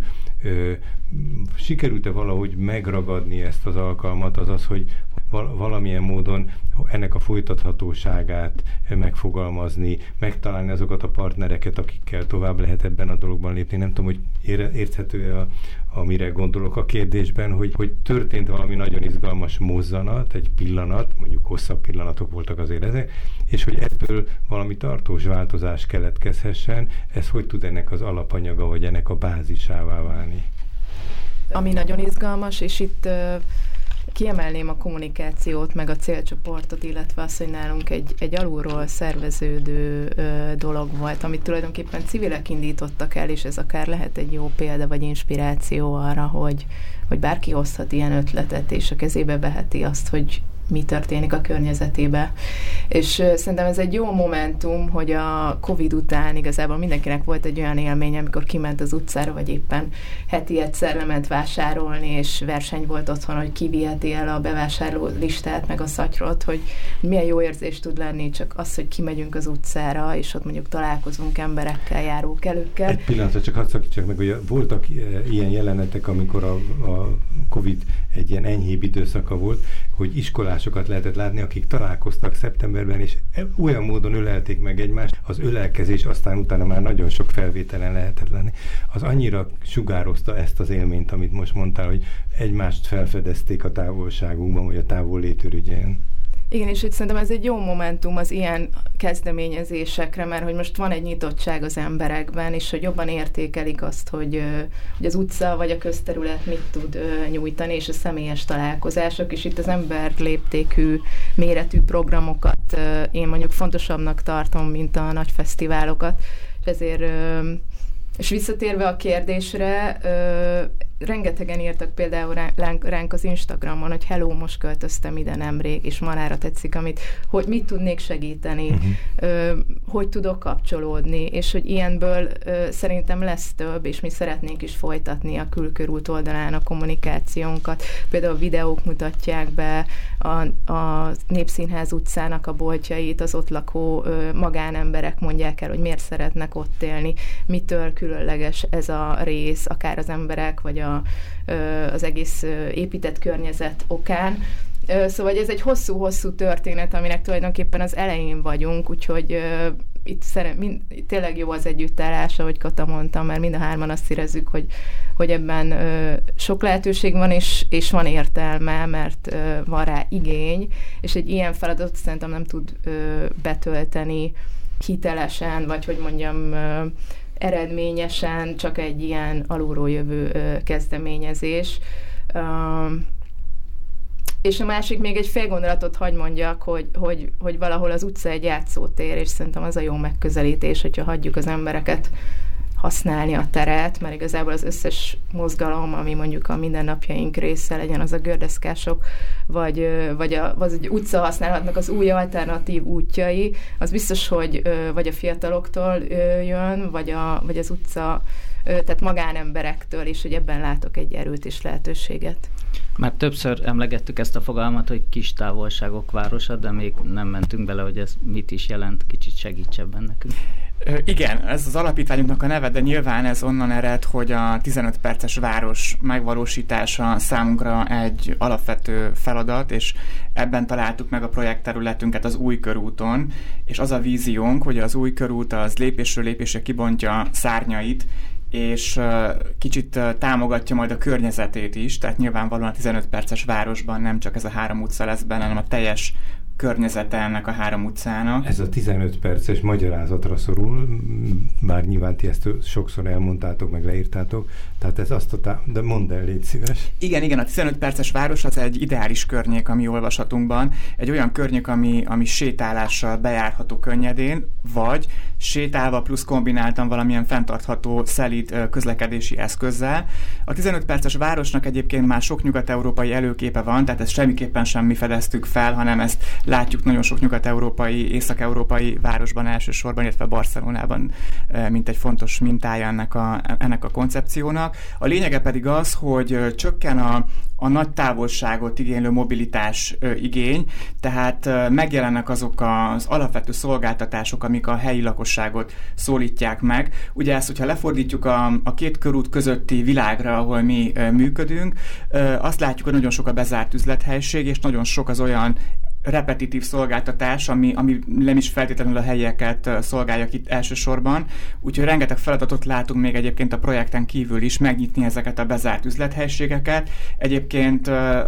sikerült-e valahogy megragadni ezt az alkalmat, azaz, hogy valamilyen módon ennek a folytathatóságát megfogalmazni, megtalálni azokat a partnereket, akikkel tovább lehet ebben a dologban lépni. Nem tudom, hogy érthető-e amire gondolok a kérdésben, hogy történt valami nagyon izgalmas mozzanat, egy pillanat, mondjuk hosszabb pillanatok voltak azért ezek, és hogy ebből valami tartós változás keletkezhessen, ez hogy tud ennek az alapanyaga, vagy ennek a bázisává válni? Ami nagyon izgalmas, és itt kiemelném a kommunikációt, meg a célcsoportot, illetve azt, hogy nálunk egy alulról szerveződő dolog volt, amit tulajdonképpen civilek indítottak el, és ez akár lehet egy jó példa, vagy inspiráció arra, hogy bárki hozhat ilyen ötletet, és a kezébe veheti azt, hogy mi történik a környezetébe. És szerintem ez egy jó momentum, hogy a Covid után igazából mindenkinek volt egy olyan élmény, amikor kiment az utcára, vagy éppen heti egyszer lement vásárolni, és verseny volt otthon, hogy ki viheti el a bevásárló listát, meg a szatyrot, hogy milyen jó érzés tud lenni csak az, hogy kimegyünk az utcára, és ott mondjuk találkozunk emberekkel, járókelőkkel. Egy pillanatra csak hadd szakítsak meg, hogy voltak ilyen jelenetek, amikor a Covid egy ilyen enyhébb időszaka volt, hogy iskolásokat lehetett látni, akik találkoztak szeptemberben, és olyan módon ölelték meg egymást, az ölelkezés aztán utána már nagyon sok felvételen lehetett lenni. Az annyira sugározta ezt az élményt, amit most mondtál, hogy egymást felfedezték a távolságunkban, vagy a távollétürügyén. Igen, és itt szerintem ez egy jó momentum az ilyen kezdeményezésekre, mert hogy most van egy nyitottság az emberekben, és hogy jobban értékelik azt, hogy az utca vagy a közterület mit tud nyújtani, és a személyes találkozások, és itt az ember léptékű méretű programokat én mondjuk fontosabbnak tartom, mint a nagy fesztiválokat, és ezért, és visszatérve a kérdésre, rengetegen írtak például ránk az Instagramon, hogy hello, most költöztem ide nemrég, és marára tetszik, hogy mit tudnék segíteni, hogy tudok kapcsolódni, és hogy ilyenből szerintem lesz több, és mi szeretnénk is folytatni a Külkörút oldalán a kommunikációnkat. Például a videók mutatják be a Népszínház utcának a boltjait, az ott lakó magánemberek mondják el, hogy miért szeretnek ott élni, mitől különleges ez a rész, akár az emberek, vagy az egész épített környezet okán. Szóval ez egy hosszú-hosszú történet, aminek tulajdonképpen az elején vagyunk, úgyhogy itt tényleg jó az együttállás, ahogy Kata mondta, mert mind a hárman azt érezzük, hogy ebben sok lehetőség van, és van értelme, mert van rá igény, és egy ilyen feladat szerintem nem tud betölteni hitelesen, vagy hogy mondjam, eredményesen, csak egy ilyen alulról jövő kezdeményezés. És a másik, még egy fél gondolatot hagy mondjak, hogy valahol az utca egy játszótér, és szerintem az a jó megközelítés, hogyha hagyjuk az embereket használni a teret, mert igazából az összes mozgalom, ami mondjuk a mindennapjaink része, legyen az a gördeszkások, vagy az utca használhatnak az új alternatív útjai, az biztos, hogy vagy a fiataloktól jön, vagy az utca, tehát magánemberektől, és hogy ebben látok egy erőt és lehetőséget. Már többször emlegettük ezt a fogalmat, hogy kis távolságok városa, de még nem mentünk bele, hogy ez mit is jelent, kicsit segíts ebben nekünk. Igen, ez az alapítványunknak a neve, de nyilván ez onnan ered, hogy a 15 perces város megvalósítása számunkra egy alapvető feladat, és ebben találtuk meg a projektterületünket az Új körúton, és az a víziónk, hogy az Új körút az lépésről lépésre kibontja szárnyait, és kicsit támogatja majd a környezetét is, tehát nyilvánvalóan a 15 perces városban nem csak ez a 3 utca lesz benne, hanem a teljes környezete ennek a 3 utcának. Ez a 15 perces magyarázatra szorul, bár nyilván ti ezt sokszor elmondtátok, meg leírtátok, tehát ez azt de mondd el, légy szíves. Igen, a 15 perces város az egy ideális környék a mi olvasatunkban, egy olyan környék, ami sétálással bejárható könnyedén, vagy sétálva plusz kombináltan valamilyen fenntartható, szelíd közlekedési eszközzel. A 15 perces városnak egyébként már sok nyugat-európai előképe van, tehát ezt semmiképpen sem mi fedeztük fel, hanem ezt látjuk nagyon sok nyugat-európai, észak-európai városban elsősorban, illetve Barcelonában, mint egy fontos mintája ennek a koncepciónak. A lényege pedig az, hogy csökken a nagy távolságot igénylő mobilitás igény, tehát megjelennek azok az alapvető szolgáltatások, amik a helyi lakosságot szólítják meg. Ugye ezt, hogyha lefordítjuk a két körút közötti világra, ahol mi működünk, azt látjuk, hogy nagyon sok a bezárt üzlethelység, és nagyon sok az olyan repetitív szolgáltatás, ami nem is feltétlenül a helyieket szolgálja itt elsősorban, úgyhogy rengeteg feladatot látunk még egyébként a projekten kívül is megnyitni ezeket a bezárt üzlethelységeket. Egyébként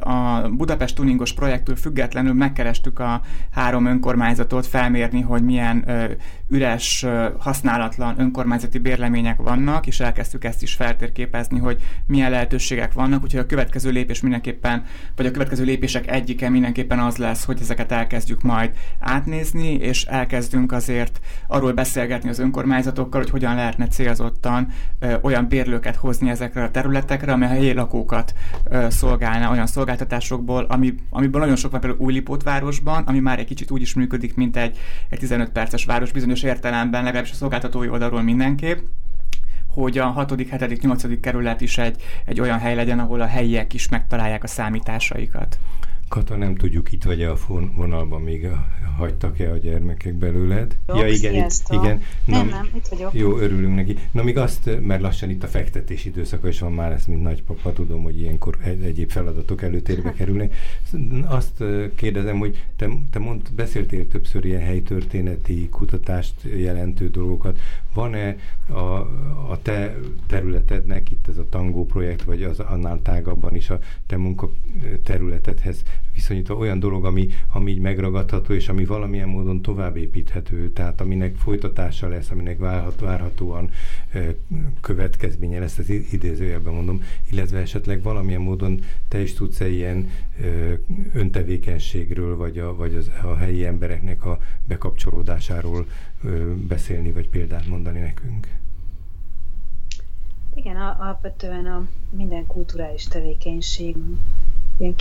a Budapest Tuningos projektől függetlenül megkerestük a 3 önkormányzatot felmérni, hogy milyen üres, használatlan önkormányzati bérlemények vannak, és elkezdtük ezt is feltérképezni, hogy milyen lehetőségek vannak, úgyhogy a következő lépés mindenképpen, vagy a következő lépések egyike mindenképpen az lesz, hogy ezeket elkezdjük majd átnézni, és elkezdünk azért arról beszélgetni az önkormányzatokkal, hogy hogyan lehetne célzottan olyan bérlőket hozni ezekre a területekre, amely a helyi lakókat szolgálna olyan szolgáltatásokból, amiből nagyon sok van például Újlipótvárosban, ami már egy kicsit úgy is működik, mint egy 15 perces város bizonyos értelemben, legalábbis a szolgáltatói oldalról mindenképp, hogy a 6., 7., 8. kerület is egy olyan hely legyen, ahol a helyiek is megtalálják a számításaikat. Kata, nem tudjuk, itt vagy a vonalban, még hagytak-e a gyermekek belőled? Jó, ja, igen, igen. Nem, itt vagyok. Jó, örülünk neki. Na, még azt, mert lassan itt a fektetés időszaka is van már, ezt mint nagypapa, tudom, hogy ilyenkor egyéb feladatok előtérbe kerülnek. Azt kérdezem, hogy te beszéltél többször ilyen helytörténeti kutatást jelentő dolgokat. Van-e a te területednek, itt ez a Tangó projekt, vagy az annál tágabban is a te munkaterületedhez viszonyítva olyan dolog, ami így megragadható, és ami valamilyen módon továbbépíthető, tehát aminek folytatása lesz, aminek várhatóan következménye lesz, ez idézőjelben mondom, illetve esetleg valamilyen módon te is tudsz ilyen öntevékenységről, vagy a helyi embereknek a bekapcsolódásáról beszélni, vagy példát mondani nekünk? Igen, alapvetően minden kulturális tevékenység ilyen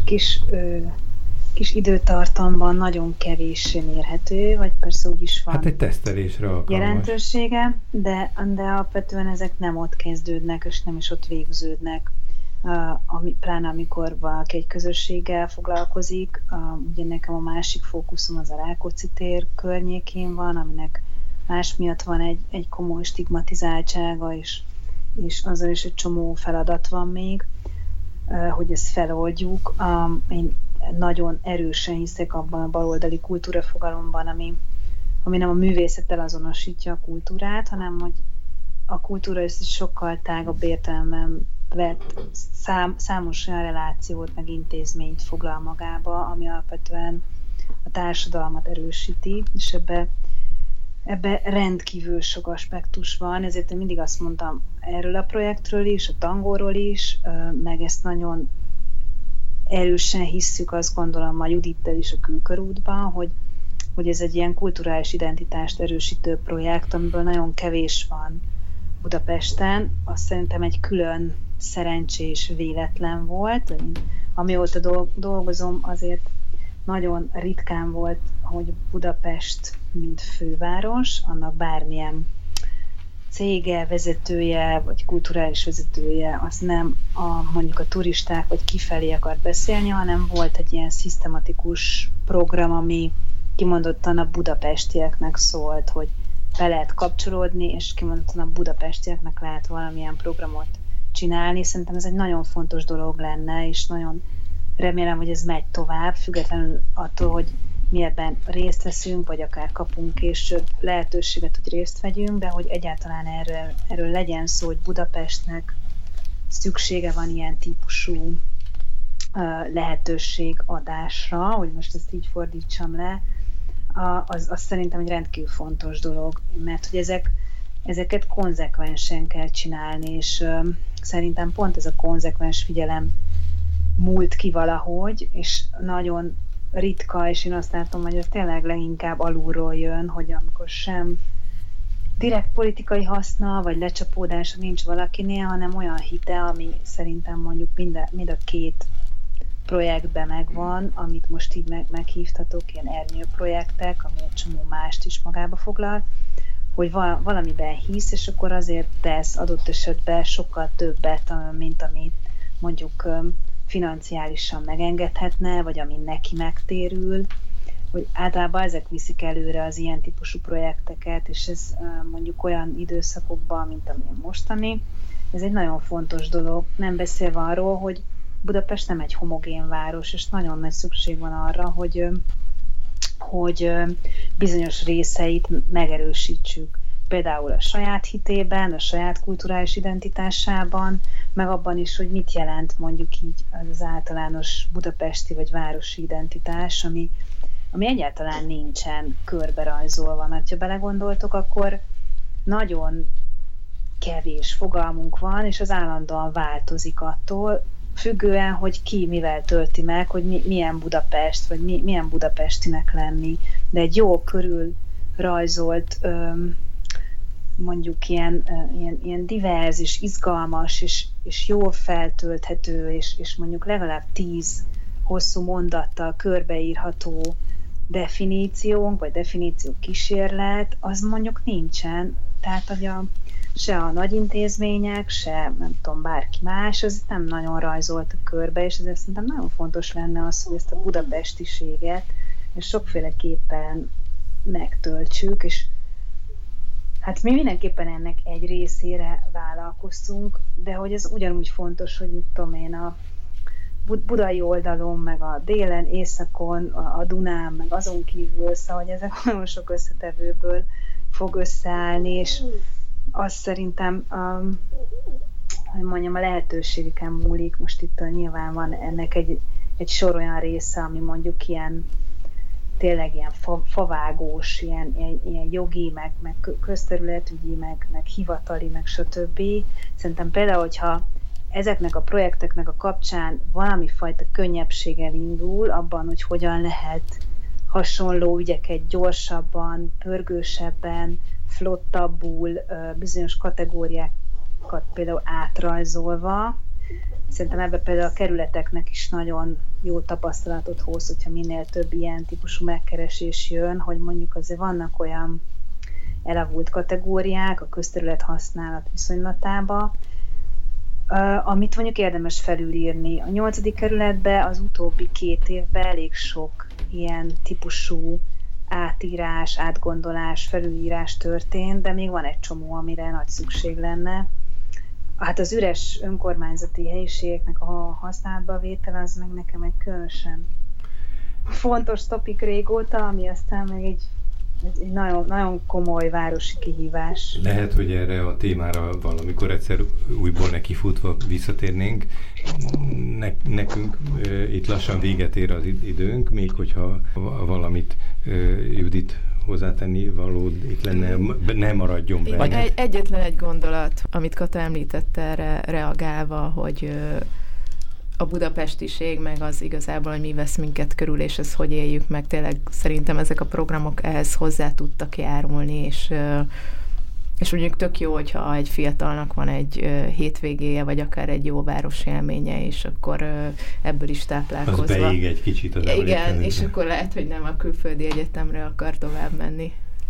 kis időtartamban nagyon kevéssé mérhető, vagy persze úgy is van. Hát egy tesztelésre alkalmas jelentősége, de alapvetően ezek nem ott kezdődnek, és nem is ott végződnek. Pláne amikor valaki egy közösséggel foglalkozik, ugye nekem a másik fókuszom az a Rákóczi tér környékén van, aminek más miatt van egy komoly stigmatizáltsága, és azzal is egy csomó feladat van még, hogy ezt feloldjuk. Én nagyon erősen hiszek abban a baloldali kultúrafogalomban, ami nem a művészettel azonosítja a kultúrát, hanem hogy a kultúra is sokkal tágabb értelemben vett számos olyan relációt, meg intézményt foglal magába, ami alapvetően a társadalmat erősíti, és ebbe rendkívül sok aspektus van, ezért én mindig azt mondtam erről a projektről is, a tangóról is, meg ezt nagyon erősen hisszük, azt gondolom a Judittel is a Külkörútban, hogy ez egy ilyen kulturális identitást erősítő projekt, amiből nagyon kevés van Budapesten. Azt szerintem egy külön szerencsés véletlen volt. Én, amióta dolgozom, azért nagyon ritkán volt, hogy Budapest, mint főváros, annak bármilyen cége, vezetője, vagy kulturális vezetője, az nem mondjuk a turisták, vagy kifelé akart beszélni, hanem volt egy ilyen szisztematikus program, ami kimondottan a budapestieknek szólt, hogy be lehet kapcsolódni, és kimondottan a budapestieknek lehet valamilyen programot csinálni. Szerintem ez egy nagyon fontos dolog lenne, és nagyon remélem, hogy ez megy tovább, függetlenül attól, hogy mi ebben részt veszünk, vagy akár kapunk később lehetőséget, hogy részt vegyünk, de hogy egyáltalán erről legyen szó, hogy Budapestnek szüksége van ilyen típusú lehetőségadásra, hogy most ezt így fordítsam le, az szerintem egy rendkívül fontos dolog, mert hogy ezeket konzekvensen kell csinálni, és szerintem pont ez a konzekvens figyelem múlt ki valahogy, és nagyon ritka, és én azt látom, hogy ez tényleg leginkább alulról jön, hogy amikor sem direkt politikai haszna, vagy lecsapódása nincs valakinél, hanem olyan hite, ami szerintem mondjuk mind a két projektben megvan, amit most így meghívtatok, ilyen ernyő projektek, ami egy csomó mást is magába foglal, hogy valamiben hisz, és akkor azért tesz adott esetben sokkal többet, mint amit mondjuk financiálisan megengedhetne, vagy ami neki megtérül, hogy általában ezek viszik előre az ilyen típusú projekteket, és ez mondjuk olyan időszakokban, mint amilyen mostani, ez egy nagyon fontos dolog, nem beszélve arról, hogy Budapest nem egy homogén város, és nagyon nagy szükség van arra, hogy bizonyos részeit megerősítsük. Például a saját hitében, a saját kulturális identitásában, meg abban is, hogy mit jelent mondjuk így az általános budapesti vagy városi identitás, ami egyáltalán nincsen körberajzolva. Mert ha belegondoltok, akkor nagyon kevés fogalmunk van, és az állandóan változik attól, függően, hogy ki mivel tölti meg, hogy milyen Budapest, vagy milyen budapestinek lenni. De egy jó körül rajzolt mondjuk ilyen divers és izgalmas és jól feltölthető, és mondjuk legalább 10 hosszú mondattal körbeírható definíciónk, vagy definíció kísérlet, az mondjuk nincsen. Tehát, hogy se a nagy intézmények, se nem tudom, bárki más, az nem nagyon rajzolt a körbe, és ezért szerintem nagyon fontos lenne az, hogy ezt a budapestiséget és sokféleképpen megtöltsük, és hát mi mindenképpen ennek egy részére vállalkoztunk, de hogy ez ugyanúgy fontos, hogy mit tudom én, a budai oldalon, meg a délen, északon, a Dunán, meg azon kívül, szóval hogy ezek nagyon sok összetevőből fog összeállni, és azt szerintem hogy mondjam, a lehetőségeken múlik. Most itt nyilván van ennek egy sor olyan része, ami mondjuk ilyen tényleg ilyen favágós, ilyen jogi, meg közterületügyi, meg hivatali, meg stb. Szerintem például, hogyha ezeknek a projekteknek a kapcsán valami fajta könnyebbséggel indul abban, hogy hogyan lehet hasonló ügyeket gyorsabban, pörgősebben, flottabbul, bizonyos kategóriák csomókat például átrajzolva. Szerintem ebben például a kerületeknek is nagyon jó tapasztalatot hoz, hogyha minél több ilyen típusú megkeresés jön, hogy mondjuk azért vannak olyan elavult kategóriák a közterület használat viszonylatában, amit mondjuk érdemes felülírni. A 8. kerületben az utóbbi 2 évben elég sok ilyen típusú átírás, átgondolás, felülírás történt, de még van egy csomó, amire nagy szükség lenne. Hát az üres önkormányzati helyiségeknek a használatba vétel az meg nekem egy különösen fontos topik régóta, ami aztán meg egy nagyon, nagyon komoly városi kihívás. Lehet, hogy erre a témára valamikor egyszer újból nekifutva visszatérnénk. Nekünk itt lassan véget ér az időnk, még hogyha valamit Judit hozzátenni való itt lenne, ne maradjon be. Egyetlen egy gondolat, amit Kata említette erre reagálva, hogy a budapestiség, meg az igazából, hogy mi vesz minket körül, és ezt hogy éljük meg. Tényleg szerintem ezek a programok ehhez hozzá tudtak járulni, és mondjuk tök jó, hogyha egy fiatalnak van egy hétvégéje, vagy akár egy jó városi élménye, és akkor ebből is táplálkozva. Az beég egy kicsit. Az igen, és akkor lehet, hogy nem a külföldi egyetemre akar tovább menni.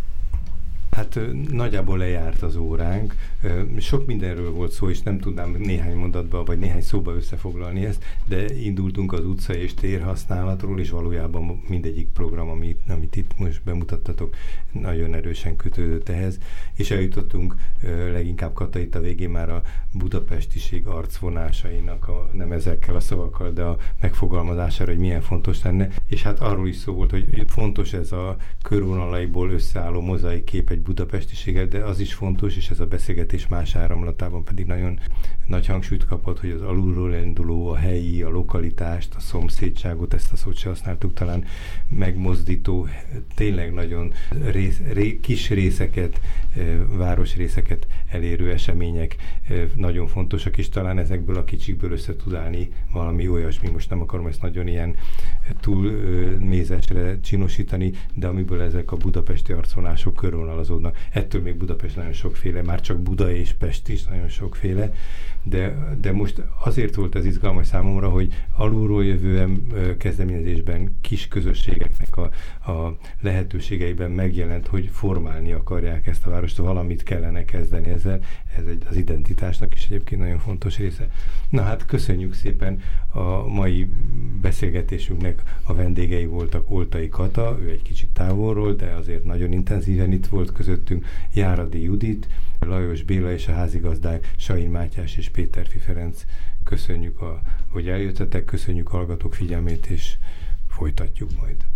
Hát nagyjából lejárt az óránk. Sok mindenről volt szó, és nem tudnám néhány mondatba, vagy néhány szóba összefoglalni ezt, de indultunk az utca és térhasználatról, és valójában mindegyik program, amit itt most bemutattatok, nagyon erősen kötődött ehhez, és eljutottunk leginkább Kata itt a végén már a budapestiség arcvonásainak, nem ezekkel a szavakkal, de a megfogalmazására, hogy milyen fontos lenne, és hát arról is szó volt, hogy fontos ez a körvonalaiból összeálló mozaik kép egy budapestiséget, de az is fontos, és ez a beszélgetés más áramlatában pedig nagyon nagy hangsúlyt kapott, hogy az alulról induló, a helyi, a lokalitást, a szomszédságot, ezt a szót se használtuk, talán megmozdító, tényleg nagyon kis részeket, városrészeket elérő események nagyon fontosak, és talán ezekből a kicsikből össze tud állni valami olyasmi, most nem akarom ezt nagyon ilyen túlmézesre csinosítani, de amiből ezek a budapesti arcvonások körvonalazódnak. Ettől még Budapest nagyon sokféle, már csak Buda és Pest is nagyon sokféle, de most azért volt ez izgalmas számomra, hogy alulról jövő kezdeményezésben kis közösségeknek a lehetőségeiben megjelent, hogy formálni akarják ezt a várost, valamit kellene kezdeni ezzel. Ez az identitásnak is egyébként nagyon fontos része. Na hát köszönjük szépen, a mai beszélgetésünknek a vendégei voltak Oltai Kata, ő egy kicsit távolról, de azért nagyon intenzíven itt volt közöttünk, Járadi Judit, Lajos Béla és a házigazdák Sain Mátyás és Péterfi Ferenc. Köszönjük, hogy eljöttetek, köszönjük a hallgatók figyelmét, és folytatjuk majd.